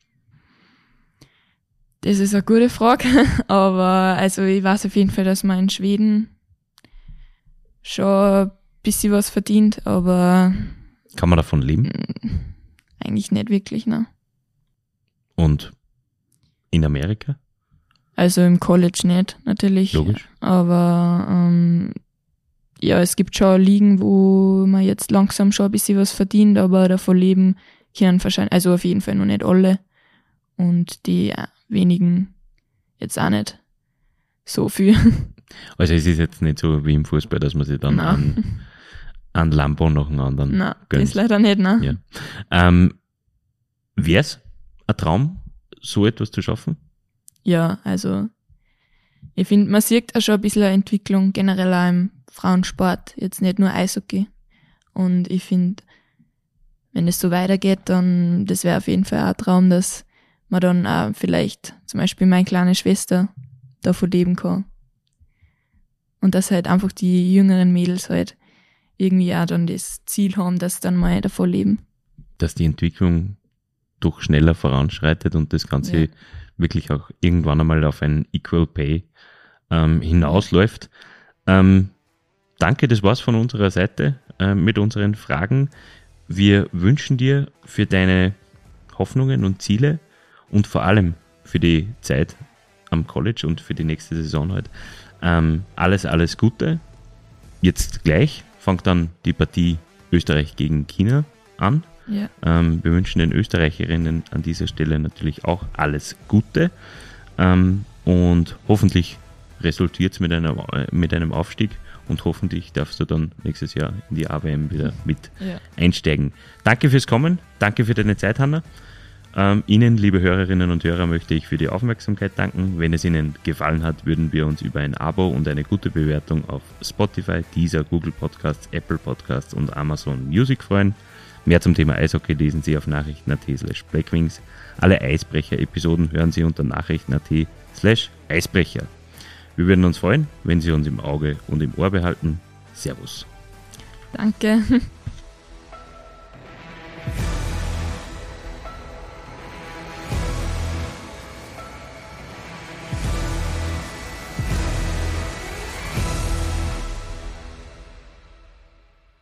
S5: Das ist eine gute Frage, aber also ich weiß auf jeden Fall, dass man in Schweden schon ein bisschen was verdient, aber
S4: Kann man davon leben?
S5: eigentlich nicht wirklich, ne?
S4: Und in Amerika?
S5: Also im College nicht, natürlich.
S4: Logisch.
S5: Aber ähm, ja, es gibt schon Ligen, wo man jetzt langsam schon ein bisschen was verdient, aber davon leben können wahrscheinlich, also auf jeden Fall noch nicht alle. Und die äh, wenigen jetzt auch nicht so viel.
S4: Also es ist jetzt nicht so wie im Fußball, dass man sich dann an, an Lambo nach dem anderen
S5: Nein,
S4: gönnt.
S5: das leider nicht, ne?
S4: Ja. Ähm, Wäre es ein Traum, so etwas zu schaffen?
S5: Ja, also ich finde, man sieht auch schon ein bisschen eine Entwicklung generell auch im Frauensport, jetzt nicht nur Eishockey. Und ich finde, wenn es so weitergeht, dann das wäre auf jeden Fall auch ein Traum, dass man dann auch vielleicht zum Beispiel meine kleine Schwester davon leben kann. Und dass halt einfach die jüngeren Mädels halt irgendwie auch dann das Ziel haben, dass sie dann mal davon leben.
S4: Dass die Entwicklung doch schneller voranschreitet und das Ganze
S5: Ja.
S4: wirklich auch irgendwann einmal auf ein Equal Pay ähm, hinausläuft. Ähm, danke, das war's von unserer Seite äh, mit unseren Fragen. Wir wünschen dir für deine Hoffnungen und Ziele und vor allem für die Zeit am College und für die nächste Saison halt ähm, alles, alles Gute. Jetzt gleich fängt dann die Partie Österreich gegen China an.
S5: Ja.
S4: Ähm, wir wünschen den Österreicherinnen an dieser Stelle natürlich auch alles Gute ähm, und hoffentlich resultiert es mit, einer, mit einem Aufstieg und hoffentlich darfst du dann nächstes Jahr in die A W M wieder mit
S5: Ja.
S4: einsteigen. Danke fürs Kommen, danke für deine Zeit, Hanna. Ähm, Ihnen, liebe Hörerinnen und Hörer, möchte ich für die Aufmerksamkeit danken. Wenn es Ihnen gefallen hat, würden wir uns über ein Abo und eine gute Bewertung auf Spotify, Deezer, Google Podcasts, Apple Podcasts und Amazon Music freuen. Mehr zum Thema Eishockey lesen Sie auf nachrichten.at slash blackwings. Alle Eisbrecher-Episoden hören Sie unter nachrichten.at slash Eisbrecher. Wir würden uns freuen, wenn Sie uns im Auge und im Ohr behalten. Servus.
S5: Danke.